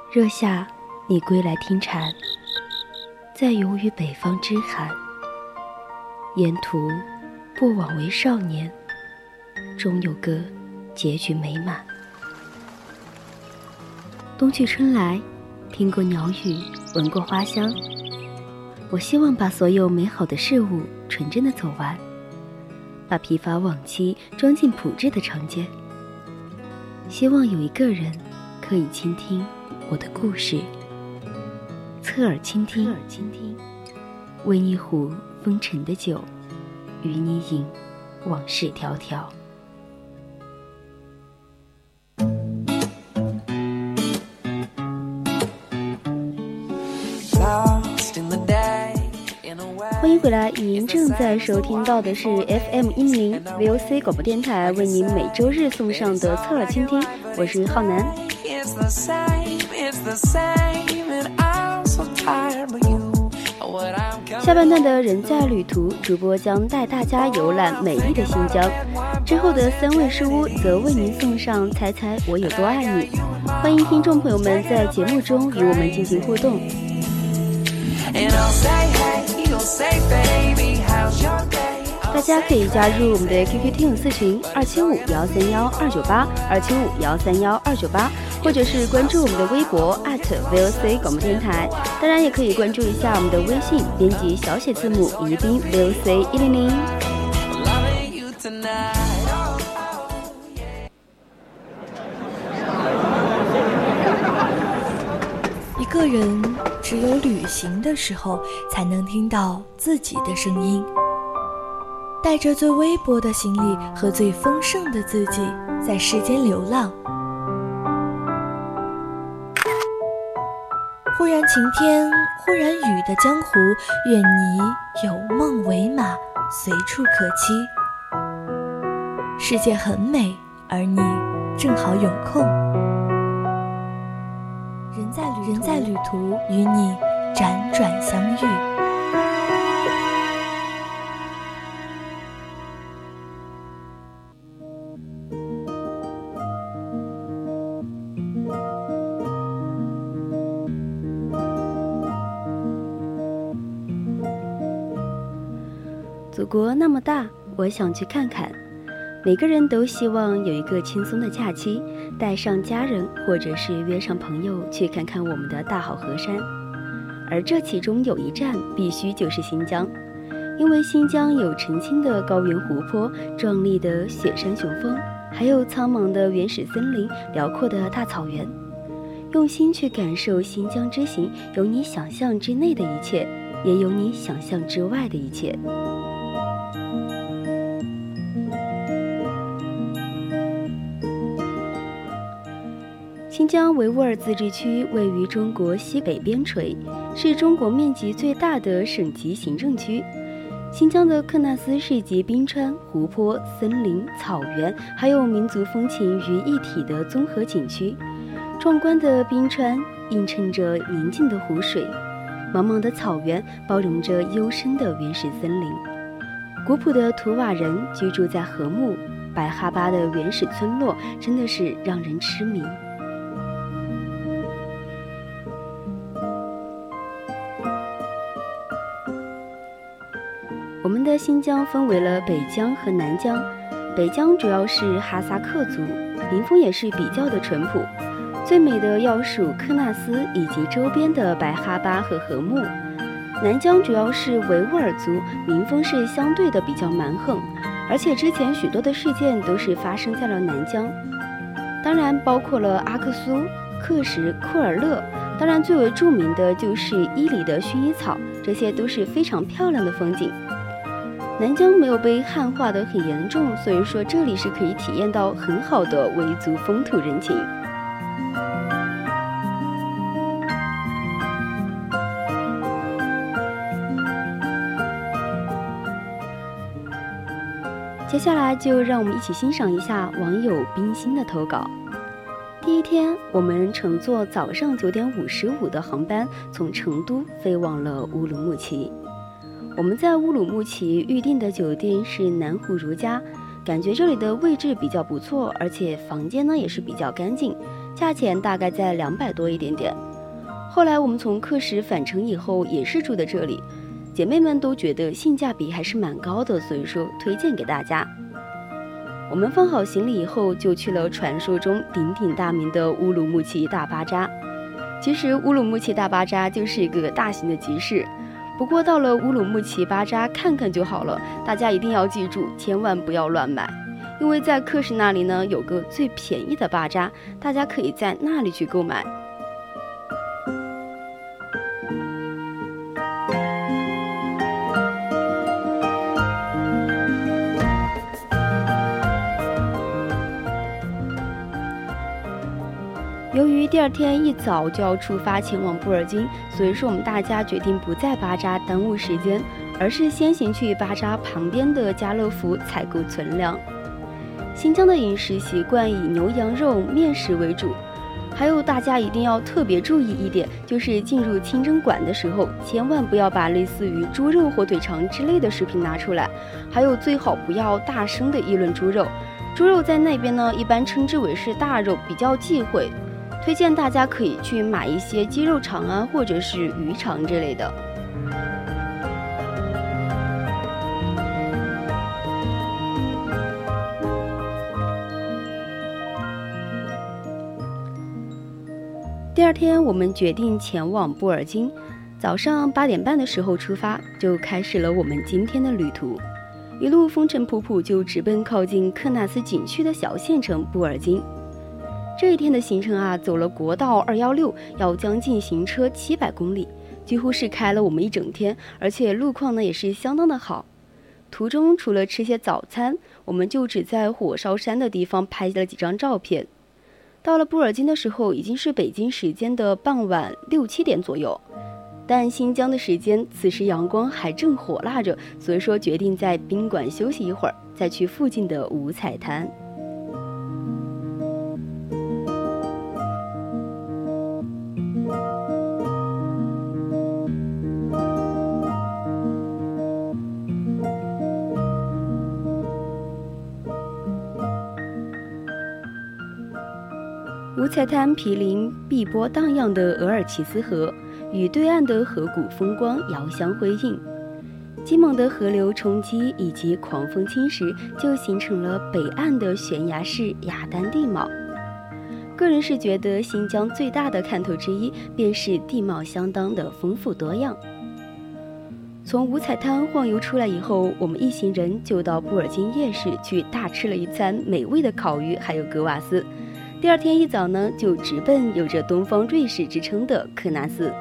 热夏，你归来听蝉，在游于北方之寒。沿途不枉为少年，终有个结局美满。冬去春来，听过鸟语，闻过花香。我希望把所有美好的事物纯真的走完，把疲乏往期装进朴质的长街。希望有一个人可以倾听我的故事，侧耳倾听，温一壶风尘的酒，与你饮往事迢迢。欢迎回来，您正在收听到的是 FM100 VOC 广播电台为您每周日送上的侧耳倾听，我是浩南。下半段的人在旅途，主播将带大家游览美丽的新疆，之后的三位书屋则为您送上猜猜我有多爱你。欢迎听众朋友们在节目中与我们进行互动。大家可以加入我们的 QQ 听友四群275-131-298 275-131-298，或者是关注我们的微博 @VOC 广播电台，当然也可以关注一下我们的微信，编辑小写字母宜宾 VOC 100。 一个人只有旅行的时候才能听到自己的声音，带着最微薄的行李和最丰盛的自己在世间流浪。忽然晴天，忽然雨的江湖，愿你有梦为马，随处可栖。世界很美，而你正好有空。人在旅途，与你辗转相遇。 祖国那么大，我想去看看。每个人都希望有一个轻松的假期，带上家人或者是约上朋友去看看我们的大好河山。而这其中有一站必须就是新疆，因为新疆有澄清的高原湖泊，壮丽的雪山雄峰，还有苍茫的原始森林，辽阔的大草原。用心去感受新疆之行，有你想象之内的一切，也有你想象之外的一切。新疆维吾尔自治区位于中国西北边陲，是中国面积最大的省级行政区。新疆的喀纳斯是集冰川、湖泊、森林、草原还有民族风情于一体的综合景区。壮观的冰川映衬着宁静的湖水，茫茫的草原包容着幽深的原始森林。古朴的图瓦人居住在禾木、白哈巴的原始村落，真的是让人痴迷。我们的新疆分为了北疆和南疆，北疆主要是哈萨克族，民风也是比较的淳朴，最美的要数喀纳斯以及周边的白哈巴和禾木。南疆主要是维吾尔族，民风是相对的比较蛮横，而且之前许多的事件都是发生在了南疆，当然包括了阿克苏、克什、库尔勒，当然最为著名的就是伊犁的薰衣草，这些都是非常漂亮的风景。南疆没有被汉化得很严重，所以说这里是可以体验到很好的维族风土人情。接下来就让我们一起欣赏一下网友冰心的投稿。第一天，我们乘坐早上9点55的航班，从成都飞往了乌鲁木齐。我们在乌鲁木齐预订的酒店是南湖如家，感觉这里的位置比较不错，而且房间呢也是比较干净， 价钱大概在200多一点点。后来我们从克什返程以后也是住的这里，姐妹们都觉得性价比还是蛮高的，所以说推荐给大家。我们放好行李以后，就去了传说中鼎鼎大名的乌鲁木齐大巴扎。其实乌鲁木齐大巴扎就是一个大型的集市，不过到了乌鲁木齐巴扎看看就好了，大家一定要记住，千万不要乱买，因为在克什那里呢有个最便宜的巴扎，大家可以在那里去购买。由于第二天一早就要出发前往布尔津，所以说我们大家决定不在巴扎耽误时间，而是先行去巴扎旁边的家乐福采购存粮。新疆的饮食习惯以牛羊肉、面食为主，还有大家一定要特别注意一点，就是进入清真馆的时候，千万不要把类似于猪肉、火腿肠之类的食品拿出来，还有最好不要大声的议论猪肉。猪肉在那边呢，一般称之为是大肉，比较忌讳。推荐大家可以去买一些鸡肉肠啊，或者是鱼肠之类的。第二天，我们决定前往布尔津，早上8点半的时候出发，就开始了我们今天的旅途。一路风尘仆仆，就直奔靠近克纳斯景区的小县城布尔津。这一天的行程啊，走了国道216，要将近行车700公里，几乎是开了我们一整天，而且路况呢也是相当的好。途中除了吃些早餐，我们就只在火烧山的地方拍了几张照片。到了布尔津的时候，已经是北京时间的傍晚6、7点左右，但新疆的时间此时阳光还正火辣着，所以说决定在宾馆休息一会儿，再去附近的五彩滩。五彩滩毗邻碧波荡漾的额尔齐斯河，与对岸的河谷风光遥相辉映。激猛的河流冲击以及狂风侵蚀，就形成了北岸的悬崖式雅丹地貌。个人是觉得新疆最大的看头之一，便是地貌相当的丰富多样。从五彩滩晃悠出来以后，我们一行人就到布尔津夜市去大吃了一餐美味的烤鱼，还有格瓦斯。第二天一早呢，就直奔有着东方瑞士之称的克纳斯。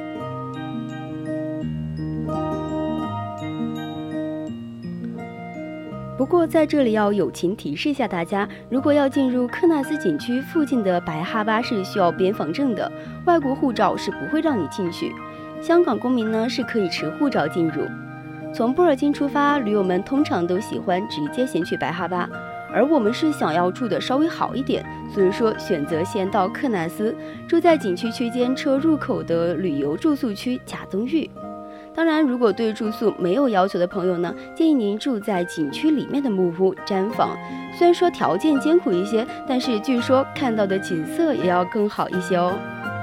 不过在这里要友情提示一下大家，如果要进入克纳斯景区附近的白哈巴是需要边防证的，外国护照是不会让你进去。香港公民呢是可以持护照进入。从布尔津出发，驴友们通常都喜欢直接先去白哈巴，而我们是想要住的稍微好一点，所以说选择先到克纳斯，住在景区区间车入口的旅游住宿区贾宗峪。当然，如果对住宿没有要求的朋友呢，建议您住在景区里面的木屋毡房。虽然说条件艰苦一些，但是据说看到的景色也要更好一些哦。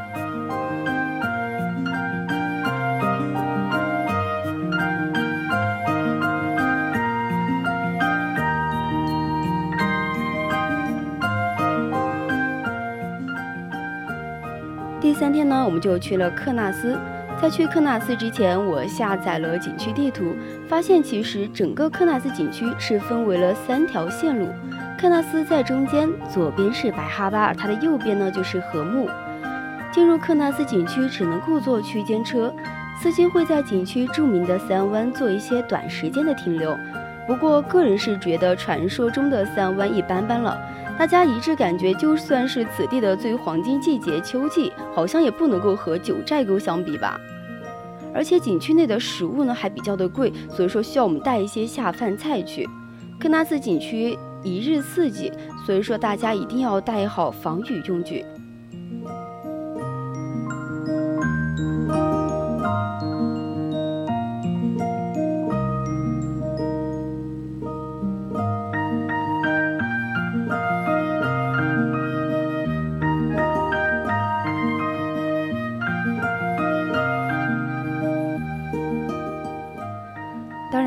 第3天呢，我们就去了克纳斯。在去克纳斯之前，我下载了景区地图，发现其实整个克纳斯景区是分为了3条线路。克纳斯在中间，左边是白哈巴，而它的右边呢就是禾木。进入克纳斯景区只能够坐区间车，司机会在景区著名的3湾做一些短时间的停留。不过个人是觉得传说中的3湾一般般了。大家一致感觉，就算是此地的最黄金季节秋季，好像也不能够和九寨沟相比吧。而且景区内的食物呢还比较的贵，所以说需要我们带一些下饭菜去。克纳斯景区1日4季，所以说大家一定要带好防雨用具。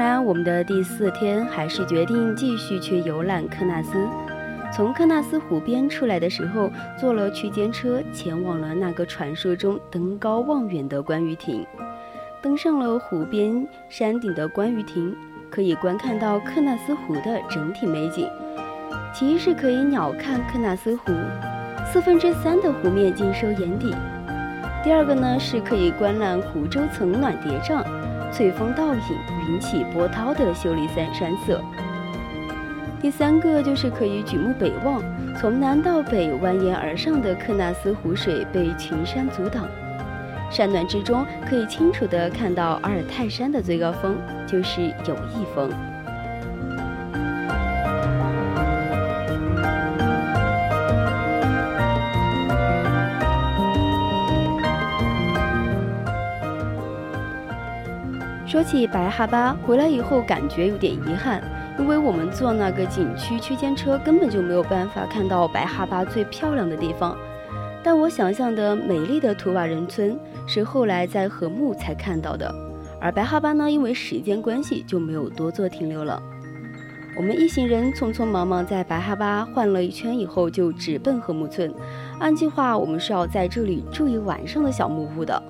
然，我们的第4天还是决定继续去游览科纳斯。从科纳斯湖边出来的时候，坐了区间车前往了那个传说中登高望远的观鱼亭。登上了湖边山顶的观鱼亭，可以观看到科纳斯湖的整体美景。其一是可以鸟瞰科纳斯湖，3/4的湖面尽收眼底。第二个呢，是可以观览湖周层暖叠嶂、翠峰倒影、云起波涛的秀丽山色。第3个就是可以举目北望，从南到北蜿蜒而上的科纳斯湖水被群山阻挡，山峦之中可以清楚地看到阿尔泰山的最高峰，就是友谊峰。说起白哈巴，回来以后感觉有点遗憾，因为我们坐那个景区区间车根本就没有办法看到白哈巴最漂亮的地方。但我想象的美丽的图瓦人村是后来在禾木才看到的，而白哈巴呢，因为时间关系就没有多做停留了。我们一行人匆匆忙忙在白哈巴换了一圈以后，就直奔禾木村。按计划，我们是要在这里住一晚上的小木屋的。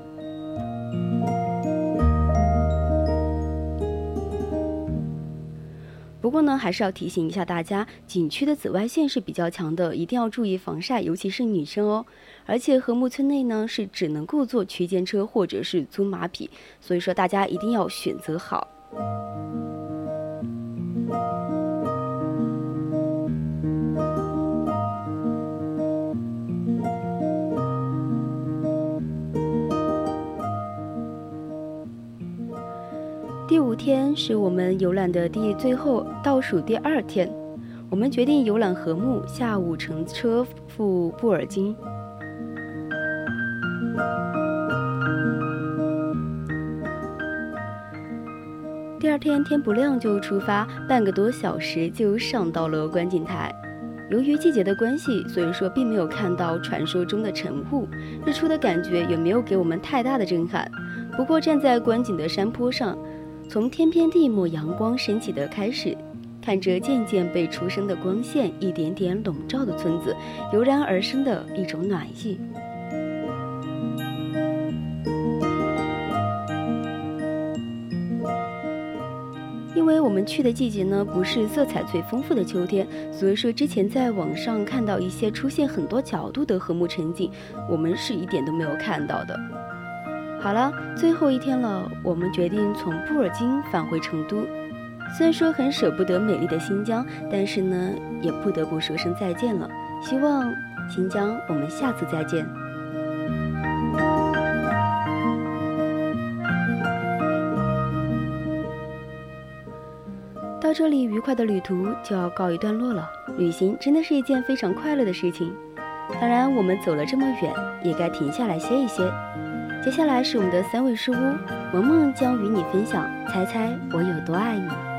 不过呢，还是要提醒一下大家，景区的紫外线是比较强的，一定要注意防晒，尤其是女生哦。而且禾木村内呢，是只能够坐区间车或者是租马匹，所以说大家一定要选择好。第5天是我们游览的最后倒数第2天，我们决定游览禾木，下午乘车赴布尔津。第2天天不亮就出发，半个多小时就上到了观景台。由于季节的关系，所以说并没有看到传说中的晨雾，日出的感觉也没有给我们太大的震撼。不过站在观景的山坡上，从天边地幕阳光升起的开始，看着渐渐被初升的光线一点点笼罩的村子，油然而生的一种暖意。因为我们去的季节呢，不是色彩最丰富的秋天，所以说之前在网上看到一些出现很多角度的禾木城景，我们是一点都没有看到的。好了，最后1天了，我们决定从布尔津返回成都。虽然说很舍不得美丽的新疆，但是呢，也不得不说声再见了。希望新疆我们下次再见。到这里，愉快的旅途就要告一段落了。旅行真的是一件非常快乐的事情。当然，我们走了这么远，也该停下来歇一歇。接下来是我们的3味书屋，萌萌将与你分享猜猜我有多爱你。